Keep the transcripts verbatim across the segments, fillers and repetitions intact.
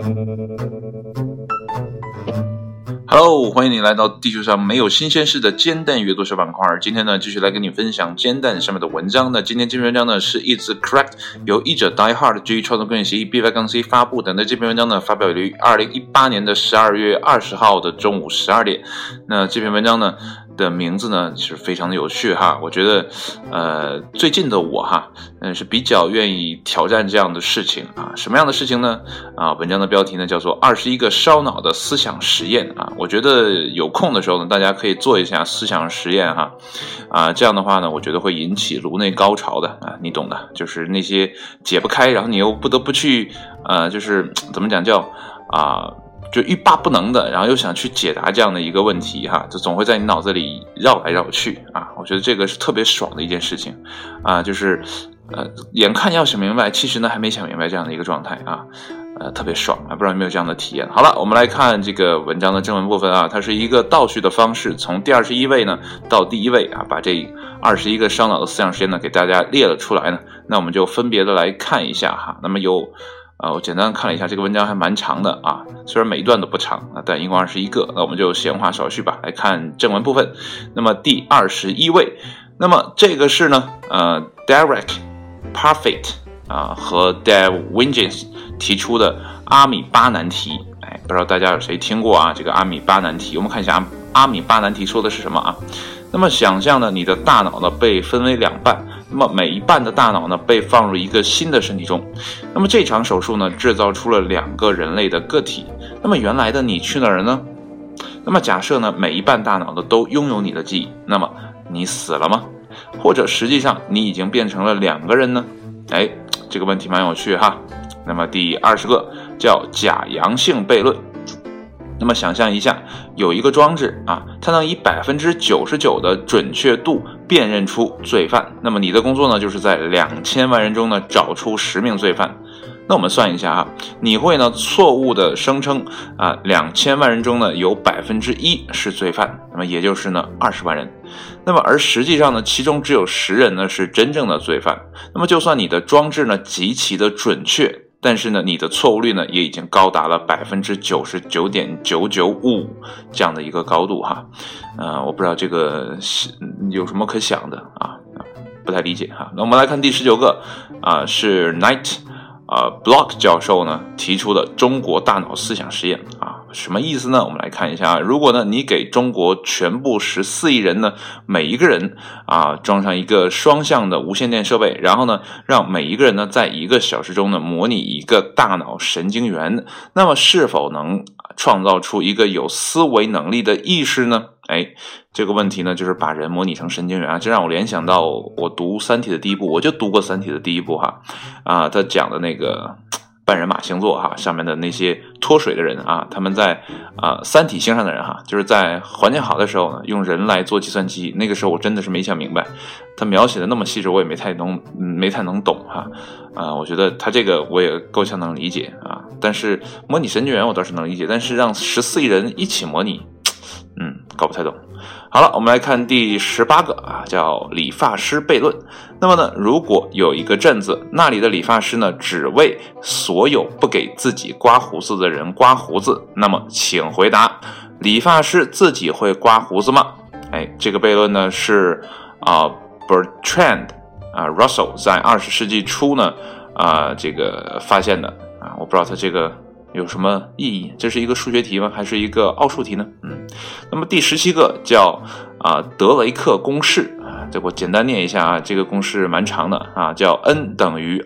Hello， 欢迎你来到地球上没有新鲜事的煎蛋阅读小板块。今天呢，继续来跟你分享煎蛋上面的文章。那今天这篇文章呢是 It's Correct 由译者 Die Hard 基于创作工业协议 B Y C 发布的。那这篇文章呢发表于二零一八年的十二月二十号的中午十二点。那这篇文章呢的名字呢是非常的有趣哈，我觉得呃最近的我哈，嗯是比较愿意挑战这样的事情啊。什么样的事情呢？啊，文章的标题呢叫做二十一个烧脑的思想实验啊。我觉得有空的时候呢，大家可以做一下思想实验哈，啊这样的话呢，我觉得会引起颅内高潮的啊，你懂的，就是那些解不开，然后你又不得不去呃就是怎么讲叫啊。就欲罢不能的，然后又想去解答这样的一个问题哈，就总会在你脑子里绕来绕去啊。我觉得这个是特别爽的一件事情啊，就是呃，眼看要想明白，其实呢还没想明白这样的一个状态啊，呃，特别爽啊，不知道有没有这样的体验。好了，我们来看这个文章的正文部分啊，它是一个倒叙的方式，从第二十一位呢到第一位啊，把这二十一个烧脑的思想实验呢给大家列了出来呢，那我们就分别的来看一下哈。那么有。呃，我简单看了一下，这个文章还蛮长的啊，虽然每一段都不长啊，但一共二十一个，那我们就闲话少叙吧，来看正文部分。那么第二十一位，那么这个是呢，呃 ，Derek Parfit 啊和 Dave Wingens 提出的阿米巴难题，哎，不知道大家有谁听过啊？这个阿米巴难题，我们看一下阿阿米巴难题说的是什么啊？那么想象呢，你的大脑呢被分为两半，那么每一半的大脑呢被放入一个新的身体中。那么这场手术呢制造出了两个人类的个体。那么原来的你去哪儿呢？那么假设呢每一半大脑呢都拥有你的记忆，那么你死了吗？或者实际上你已经变成了两个人呢？哎，这个问题蛮有趣哈。那么第二十个叫假阳性悖论。那么想象一下，有一个装置啊，它能以 百分之九十九 的准确度辨认出罪犯。那么你的工作呢，就是在两千万人中呢找出十名罪犯。那我们算一下啊，你会呢错误的声称啊，两千万人中呢有 百分之一 是罪犯，那么也就是呢二十万人。那么而实际上呢，其中只有十人呢是真正的罪犯。那么就算你的装置呢极其的准确，但是呢，你的错误率呢也已经高达了 百分之九十九点九九五 这样的一个高度哈，呃，我不知道这个有什么可想的啊，不太理解哈。那我们来看第十九个啊，是 Knight 啊 Block 教授呢提出的中国大脑思想实验啊，什么意思呢？我们来看一下，如果呢你给中国全部十四亿人呢，每一个人啊装上一个双向的无线电设备，然后呢让每一个人呢在一个小时中呢模拟一个大脑神经元，那么是否能创造出一个有思维能力的意识呢？哎，这个问题呢就是把人模拟成神经元啊，这让我联想到我读三体的第一部，我就读过三体的第一部哈，啊，他讲的那个半人马星座哈，上面的那些脱水的人啊，他们在啊、呃、三体星上的人哈，就是在环境好的时候呢，用人来做计算机。那个时候我真的是没想明白，他描写的那么细致，我也没太能、嗯、没太能懂哈。啊、呃，我觉得他这个我也够呛能理解啊。但是模拟神经元我倒是能理解，但是让十四亿人一起模拟，嗯，搞不太懂。好了，我们来看第十八个啊，叫理发师悖论。那么呢，如果有一个镇子，那里的理发师呢，只为所有不给自己刮胡子的人刮胡子，那么请回答，理发师自己会刮胡子吗？哎，这个悖论呢是啊、呃、Bertrand 啊、呃、Russell 在二十世纪初呢啊、呃、这个发现的啊，我不知道他这个有什么意义？这是一个数学题吗？还是一个奥数题呢？嗯，那么第十七个叫啊、呃、德雷克公式啊，这我简单念一下啊，这个公式蛮长的啊，叫 n 等于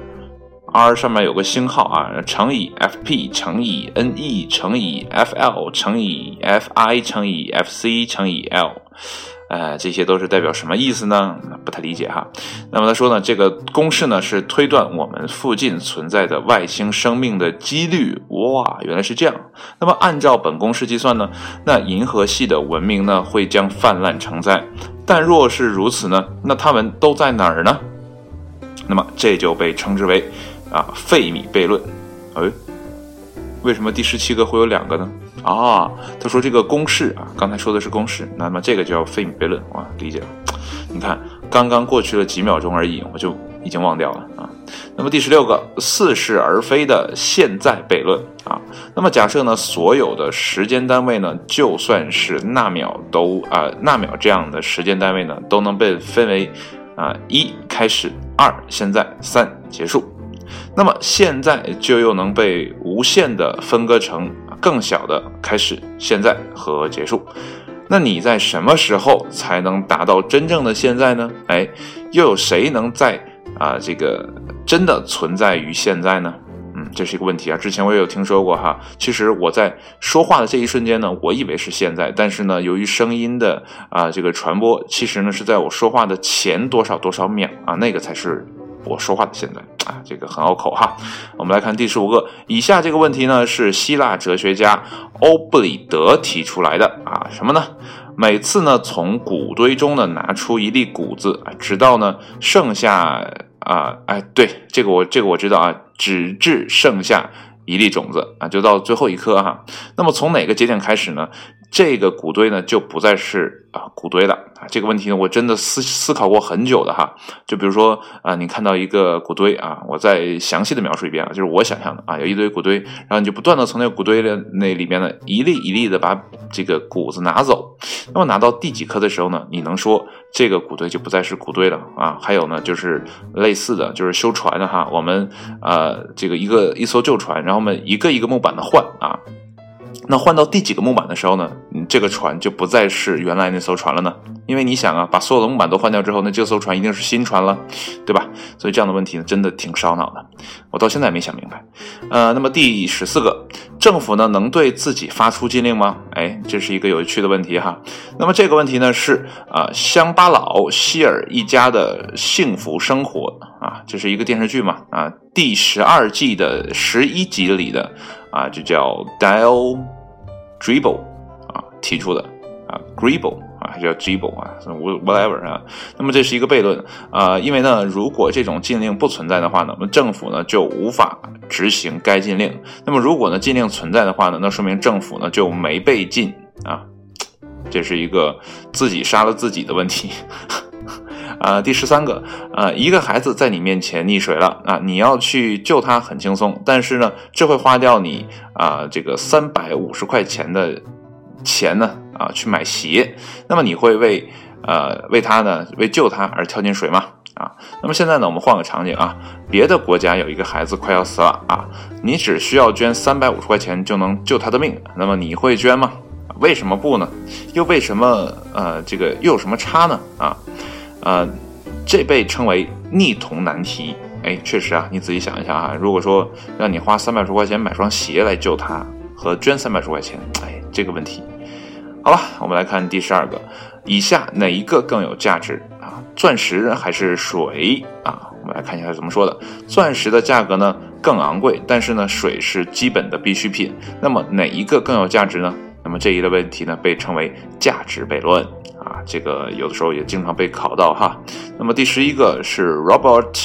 r，r 上面有个星号啊，乘以 fp 乘以 ne 乘以 fl 乘以 fi 乘以 fc 乘以 l。呃，这些都是代表什么意思呢？不太理解哈。那么他说呢，这个公式呢是推断我们附近存在的外星生命的几率。哇，原来是这样。那么按照本公式计算呢，那银河系的文明呢会将泛滥成灾。但若是如此呢，那他们都在哪儿呢？那么这就被称之为啊费米悖论。哎，为什么第十七个会有两个呢？啊，他说这个公式啊，刚才说的是公式，那么这个叫费米悖论，哇，理解了。你看，刚刚过去了几秒钟而已，我就已经忘掉了啊。 那么第十六个，似是而非的现在悖论啊。那么假设呢，所有的时间单位呢，就算是纳秒都啊、呃、纳秒这样的时间单位呢，都能被分为啊一开始、二现在、三结束。那么现在就又能被无限的分割成更小的开始、现在和结束。那你在什么时候才能达到真正的现在呢？哎，又有谁能在啊、呃、这个真的存在于现在呢？嗯，这是一个问题啊。之前我也有听说过哈，其实我在说话的这一瞬间呢，我以为是现在，但是呢，由于声音的啊、呃、这个传播，其实呢是在我说话的前多少多少秒啊，那个才是我说话的现在啊，这个很拗口哈。我们来看第十五个，以下这个问题呢是希腊哲学家欧布里德提出来的啊，什么呢？每次呢从谷堆中呢拿出一粒谷子，直到呢剩下啊，哎，对，这个我这个我知道啊，直至剩下一粒种子啊，就到最后一颗哈。那么从哪个节点开始呢？这个谷堆呢就不再是啊谷堆了啊。这个问题呢我真的思思考过很久的哈。就比如说啊，你看到一个谷堆啊，我再详细的描述一遍啊，就是我想象的啊，有一堆谷堆，然后你就不断的从那个谷堆的那里面呢一粒一粒的把这个谷子拿走。那么拿到第几颗的时候呢，你能说这个谷堆就不再是谷堆了啊？还有呢，就是类似的，就是修船的哈，我们呃这个一个一艘旧船，然后我们一个一个木板的换啊。那换到第几个木板的时候呢，这个船就不再是原来那艘船了呢？因为你想啊，把所有的木板都换掉之后，那这艘船一定是新船了，对吧？所以这样的问题呢，真的挺烧脑的，我到现在没想明白。呃，那么第十四个，政府呢能对自己发出禁令吗？哎，这是一个有趣的问题哈。那么这个问题呢是啊、呃，乡巴佬希尔一家的幸福生活啊，这是一个电视剧嘛啊，第十二季的十一集里的啊，就叫 Dale Dribble 啊提出的啊 Gribble 啊还叫 Dribble 啊 whatever 啊。那么这是一个悖论啊，因为呢如果这种禁令不存在的话呢，那么政府呢就无法执行该禁令。那么如果呢禁令存在的话呢，那说明政府呢就没被禁啊，这是一个自己杀了自己的问题。啊，第十三个，啊，一个孩子在你面前溺水了啊，你要去救他很轻松，但是呢，这会花掉你啊这个三百五十块钱的钱呢啊去买鞋，那么你会为呃为他呢为救他而跳进水吗？啊，那么现在呢，我们换个场景啊，别的国家有一个孩子快要死了啊，你只需要捐三百五十块钱就能救他的命，那么你会捐吗？为什么不呢？又为什么呃这个又有什么差呢？啊？呃，这被称为逆童难题。哎，确实啊，你仔细想一下啊，如果说让你花三百多块钱买双鞋来救他，和捐三百多块钱，哎，这个问题。好了，我们来看第十二个，以下哪一个更有价值啊？钻石还是水啊？我们来看一下怎么说的。钻石的价格呢更昂贵，但是呢，水是基本的必需品。那么哪一个更有价值呢？那么这一类问题呢被称为价值悖论。啊，这个有的时候也经常被考到哈。那么第十一个是 Robert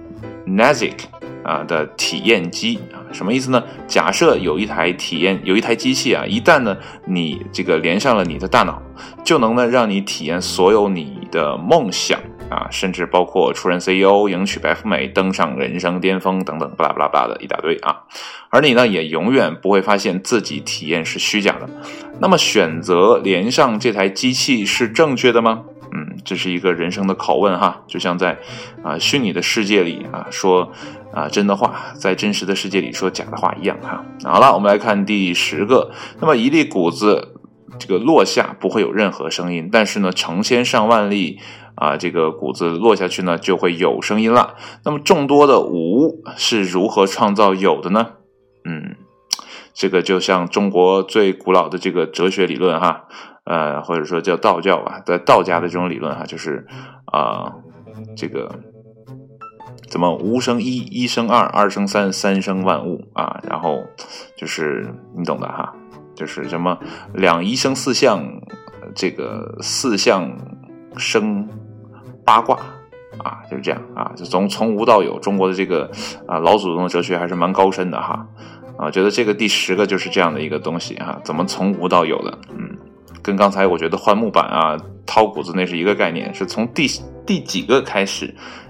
Nozick 啊的体验机啊，什么意思呢？假设有一台体验有一台机器啊，一旦呢你这个连上了你的大脑，就能呢让你体验所有你的梦想啊，甚至包括出任 C E O、迎娶白富美、登上人生巅峰等等，巴拉巴拉巴拉的一大堆啊。而你呢，也永远不会发现自己体验是虚假的。那么，选择连上这台机器是正确的吗？嗯，这是一个人生的拷问哈，就像在啊、呃、虚拟的世界里啊说啊、呃、真的话，在真实的世界里说假的话一样哈。好了，我们来看第十个。那么，一粒谷子这个落下不会有任何声音，但是呢，成千上万粒啊，这个谷子落下去呢，就会有声音了。那么众多的无是如何创造有的呢？嗯，这个就像中国最古老的这个哲学理论哈，呃，或者说叫道教啊，在道家的这种理论哈，就是啊、呃，这个怎么无生一，一生二，二生三，三生万物啊，然后就是你懂的哈，就是什么两一生四象，这个四象生八卦啊，就是这样啊，就从从无到有，中国的这个啊老祖宗的哲学还是蛮高深的哈啊，觉得这个第十个就是这样的一个东西哈，怎么从无到有的，嗯，跟刚才我觉得换木板啊、掏谷子那是一个概念，是从第第几个开始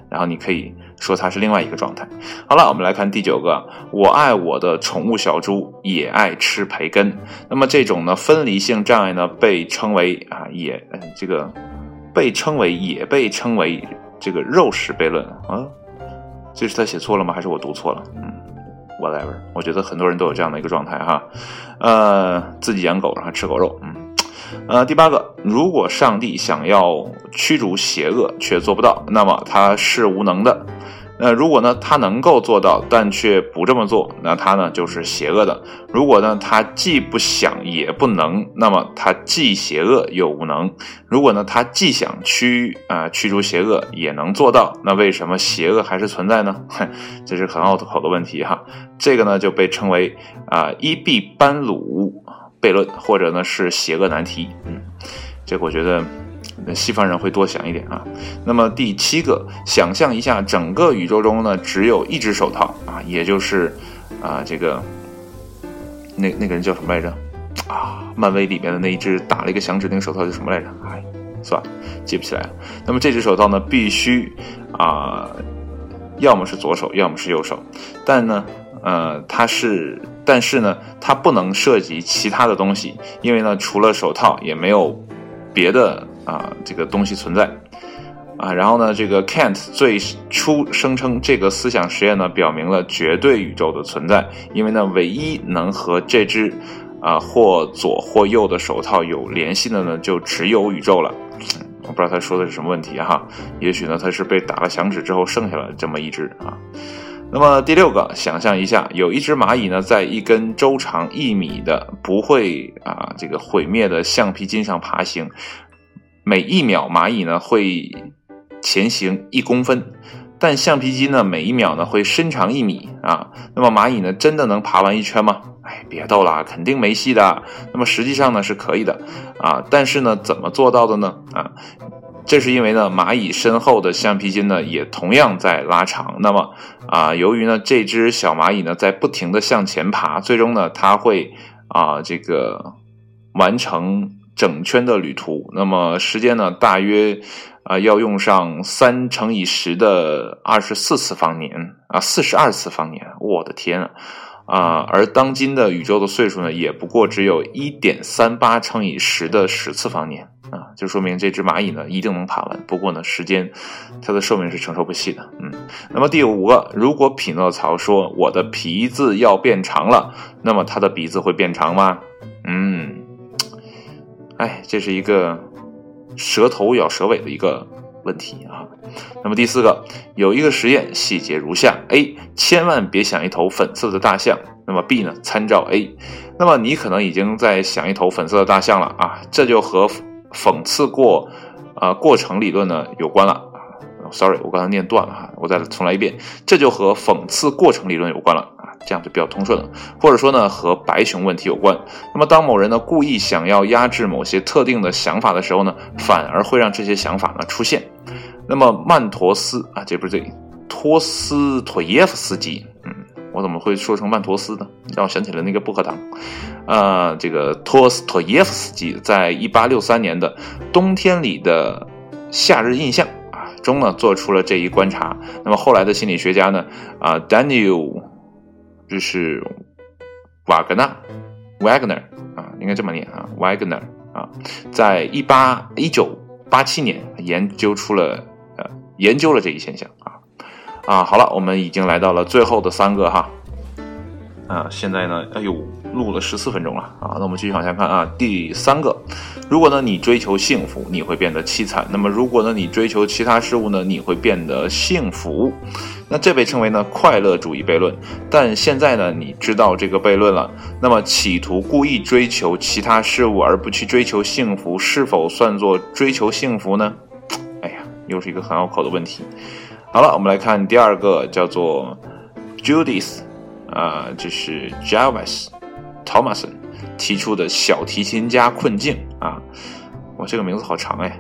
然后你可以说它是另外一个状态。好了，我们来看第九个，我爱我的宠物小猪，也爱吃培根。那么这种呢分离性障碍呢被称为啊也呃这个被称为也被称为这个肉食悖论啊，这是他写错了吗？还是我读错了？嗯 ，whatever， 我觉得很多人都有这样的一个状态哈，呃，自己养狗然后吃狗肉，嗯。呃，第八个，如果上帝想要驱逐邪恶却做不到，那么他是无能的。呃，如果呢他能够做到，但却不这么做，那他呢就是邪恶的。如果呢他既不想也不能，那么他既邪恶又无能。如果呢他既想驱啊、呃、驱逐邪恶也能做到，那为什么邪恶还是存在呢？这是很拗口的问题哈。这个呢就被称为啊、呃、伊壁班鲁悖论，或者呢是邪恶难题。嗯，这个我觉得西方人会多想一点啊。那么第七个，想象一下整个宇宙中呢只有一只手套啊，也就是啊这个那那个人叫什么来着啊？漫威里面的那一只打了一个响指那个手套叫什么来着？哎，算了，记不起来了。那么这只手套呢必须啊，要么是左手，要么是右手，但呢呃它是但是呢它不能涉及其他的东西，因为呢除了手套也没有别的啊这个东西存在啊。然后呢这个 Kant 最初声称这个思想实验呢表明了绝对宇宙的存在，因为呢唯一能和这只啊或左或右的手套有联系的呢就只有宇宙了。我不知道他说的是什么问题哈，也许呢他是被打了响指之后剩下了这么一只啊。那么第六个，想象一下，有一只蚂蚁呢，在一根周长一米的不会啊这个毁灭的橡皮筋上爬行，每一秒蚂蚁呢会前行一公分，但橡皮筋呢每一秒呢会伸长一米啊。那么蚂蚁呢真的能爬完一圈吗？哎，别逗啦，肯定没戏的。那么实际上呢是可以的啊，但是呢怎么做到的呢？啊。这是因为呢，蚂蚁身后的橡皮筋呢也同样在拉长。那么啊、呃，由于呢这只小蚂蚁呢在不停的向前爬，最终呢它会啊、呃、这个完成整圈的旅途。那么时间呢大约啊、呃、要用上三乘以十的二十四次方年啊，四十二次方年。我的天啊！啊、呃，而当今的宇宙的岁数呢，也不过只有 一点三八乘以十的十次方年啊，就说明这只蚂蚁呢一定能爬完。不过呢，时间它的寿命是承受不起的。嗯，那么第五个，如果匹诺曹说我的鼻子要变长了，那么他的鼻子会变长吗？嗯，哎，这是一个蛇头咬蛇尾的一个问题啊。那么第四个，有一个实验细节如下 ：A. 千万别想一头粉色的大象。那么 B 呢？参照 A。那么你可能已经在想一头粉色的大象了啊，这就和讽刺过呃过程理论呢有关了。Sorry， 我刚才念断了哈，我再重来一遍，这就和讽刺过程理论有关了啊，这样就比较通顺了。或者说呢，和白熊问题有关。那么当某人呢故意想要压制某些特定的想法的时候呢，反而会让这些想法呢出现。那么曼陀斯啊，这不是这里，托斯妥耶夫斯基，嗯，我怎么会说成曼陀斯呢？让我想起了那个薄荷糖。呃，这个托斯妥耶夫斯基在一八六三年的《冬天里的夏日印象》啊中呢做出了这一观察。那么后来的心理学家呢，啊 ，Daniel 就是瓦格纳 Wagner 啊，应该这么念啊 ，Wagner 啊，在一八一九八七年研究出了。呃，研究了这一现象啊啊，好了，我们已经来到了最后的三个哈啊，现在呢，哎呦，录了十四分钟了啊，那我们继续往下看啊。第三个，如果呢你追求幸福，你会变得凄惨；那么如果呢你追求其他事物呢，你会变得幸福。那这被称为呢快乐主义悖论。但现在呢你知道这个悖论了，那么企图故意追求其他事物而不去追求幸福，是否算作追求幸福呢？哎呀，又是一个很拗口的问题。好了，我们来看第二个，叫做 Judith 啊、呃，这是 Jarvis Thomason 提出的小提琴家困境啊。哇，这个名字好长哎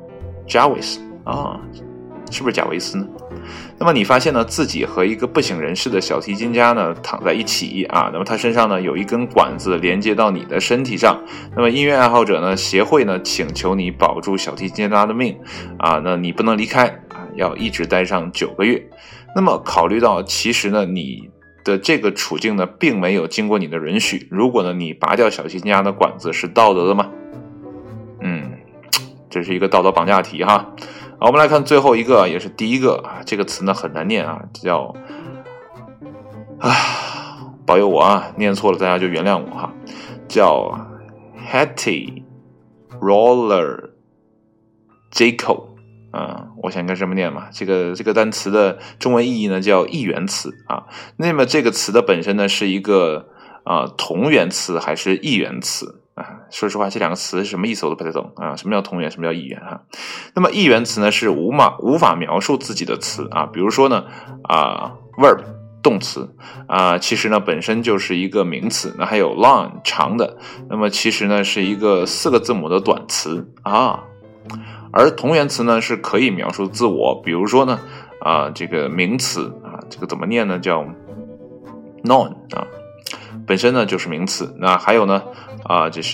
，Jarvis 啊，是不是贾维斯呢？那么你发现呢，自己和一个不省人事的小提琴家呢躺在一起啊，那么他身上呢有一根管子连接到你的身体上。那么音乐爱好者呢协会呢请求你保住小提琴家的命啊，那你不能离开啊， 要一直待上九个月。那么考虑到其实呢你的这个处境呢并没有经过你的允许，如果呢你拔掉小新家的管子是道德的吗？嗯，这是一个道德绑架题哈。好，我们来看最后一个，也是第一个啊，这个词呢很难念啊，叫啊，保佑我啊，念错了大家就原谅我哈，叫 Hattie Roller Jaco 啊，我想应该这么念嘛。这个这个单词的中文意义呢叫异元词啊。那么这个词的本身呢是一个啊同源词还是异元词啊？说实话，这两个词是什么意思我都不太懂啊。什么叫同源，什么叫异元哈？那么异元词呢是无法无法描述自己的词啊。比如说呢啊 verb 动词啊，其实呢本身就是一个名词。那还有 long 长的，那么其实呢是一个四个字母的短词啊。而同源词呢是可以描述自我，比如说呢啊这个名词啊，这个怎么念呢？叫 noun 啊，本身呢就是名词。那还有呢啊就是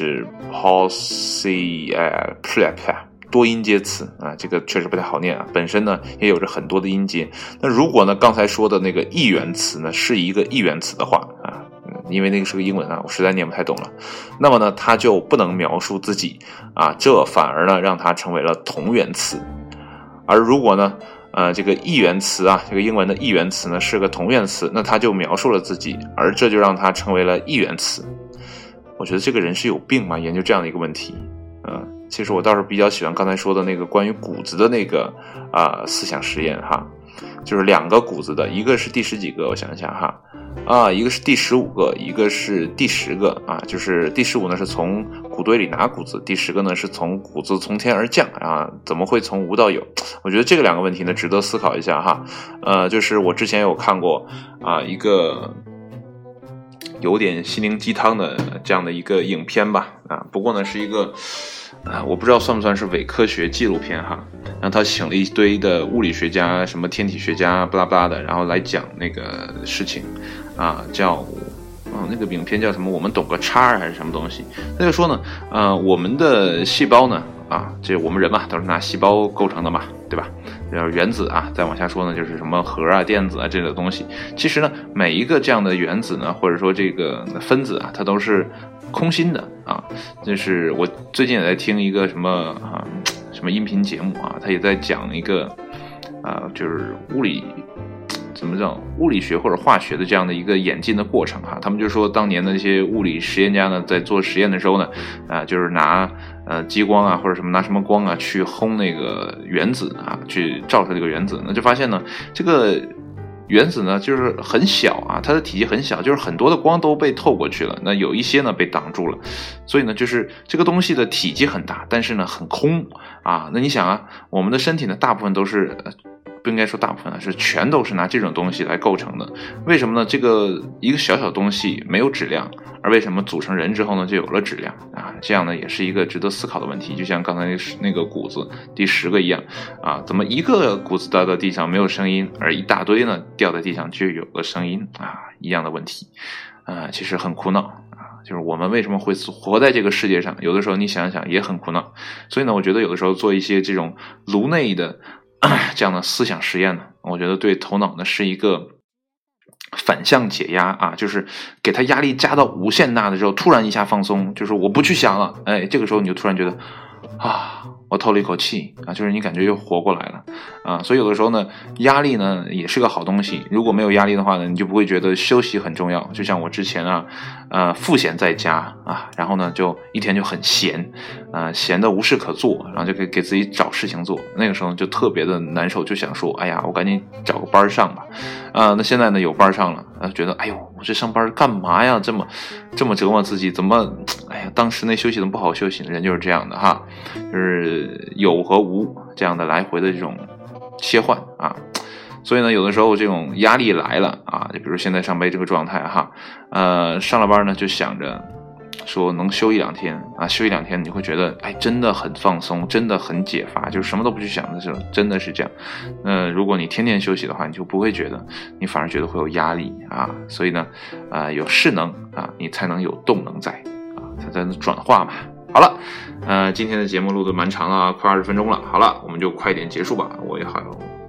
possessive 多音节词啊，这个确实不太好念啊，本身呢也有着很多的音节。那如果呢刚才说的那个异元词呢是一个异元词的话啊，因为那个是个英文啊，我实在念不太懂了。那么呢，它就不能描述自己啊，这反而呢让它成为了同源词。而如果呢，呃，这个异元词啊，这个英文的异元词呢是个同源词，那它就描述了自己，而这就让它成为了异元词。我觉得这个人是有病吗？研究这样的一个问题，嗯、呃，其实我倒是比较喜欢刚才说的那个关于谷子的那个啊、呃、思想实验哈。就是两个谷子的，一个是第十几个，我想一下哈，啊，一个是第十五个，一个是第十个啊，就是第十五呢是从谷堆里拿谷子，第十个呢是从谷子从天而降啊，怎么会从无到有？我觉得这个两个问题呢值得思考一下哈，呃，就是我之前有看过啊一个有点心灵鸡汤的这样的一个影片吧，啊，不过呢是一个。啊，我不知道算不算是伪科学纪录片哈，然后他请了一堆的物理学家、什么天体学家、巴拉巴拉的，然后来讲那个事情，啊，叫，嗯，那个影片叫什么？我们懂个叉还是什么东西？他就说呢，呃，我们的细胞呢，啊，这我们人嘛，都是拿细胞构成的嘛，对吧？就是原子啊，再往下说呢，就是什么核啊、电子啊这类的东西。其实呢，每一个这样的原子呢，或者说这个分子啊，它都是空心的啊。就是我最近也在听一个什么啊什么音频节目啊，他也在讲一个啊，就是物理怎么讲物理学或者化学的这样的一个演进的过程哈。他们就说当年的那些物理实验家呢，在做实验的时候呢，啊，就是拿呃激光啊或者什么拿什么光啊去轰那个原子啊，去照射这个原子，那就发现呢这个原子呢就是很小啊，它的体积很小，就是很多的光都被透过去了，那有一些呢被挡住了，所以呢就是这个东西的体积很大，但是呢很空啊。那你想啊，我们的身体呢大部分都是不应该说大部分啊，是全都是拿这种东西来构成的。为什么呢？这个一个小小东西没有质量，而为什么组成人之后呢就有了质量啊？这样呢也是一个值得思考的问题。就像刚才那个谷子第十个一样啊，怎么一个谷子掉到地上没有声音，而一大堆呢掉在地上就有了声音啊？一样的问题啊，其实很苦恼啊。就是我们为什么会活在这个世界上？有的时候你想想也很苦恼。所以呢，我觉得有的时候做一些这种颅内的这样的思想实验呢，我觉得对头脑呢是一个反向解压啊，就是给他压力加到无限大的时候，突然一下放松，就是我不去想了，哎，这个时候你就突然觉得啊，我透了一口气啊，就是你感觉又活过来了啊。所以有的时候呢，压力呢也是个好东西。如果没有压力的话呢，你就不会觉得休息很重要。就像我之前啊，呃，赋闲在家啊，然后呢就一天就很闲，啊、呃，闲的无事可做，然后就给给自己找事情做。那个时候就特别的难受，就想说，哎呀，我赶紧找个班上吧。啊、呃，那现在呢有班上了，啊，觉得，哎呦，我这上班干嘛呀？这么这么折磨自己，怎么，哎呀，当时那休息怎么不好休息？人就是这样的哈，就是有和无这样的来回的这种切换啊。所以呢，有的时候这种压力来了啊，就比如现在上班这个状态哈，呃，上了班呢就想着说能休一两天啊，休一两天你会觉得哎真的很放松，真的很解乏，就是什么都不去想的时候，真的是这样。呃，如果你天天休息的话，你就不会觉得，你反而觉得会有压力啊。所以呢，啊、呃，有势能啊，你才能有动能在啊，才能转化嘛。好了，呃，今天的节目录得蛮长了，快二十分钟了。好了，我们就快点结束吧，我也还有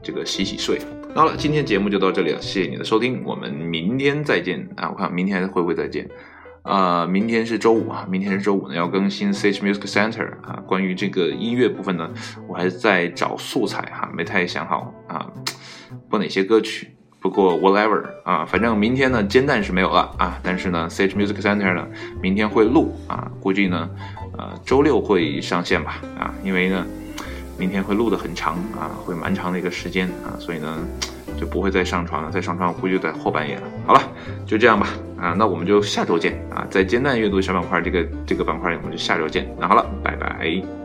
这个洗洗睡。好了，今天节目就到这里了，谢谢你的收听，我们明天再见啊！我看明天会不会再见？呃，明天是周五啊，明天是周五呢，要更新 Sage Music Center 啊。关于这个音乐部分呢，我还是在找素材哈，没太想好啊，播哪些歌曲。不过 whatever 啊，反正明天呢煎蛋是没有了啊，但是呢 Sage Music Center 呢明天会录啊，估计呢呃周六会上线吧啊，因为呢明天会录得很长啊，会蛮长的一个时间啊，所以呢就不会再上传了，再上传我估计就在后半夜了。好了，就这样吧啊，那我们就下周见啊，在煎蛋阅读小板块这个这个板块里，我们就下周见。那好了，拜拜。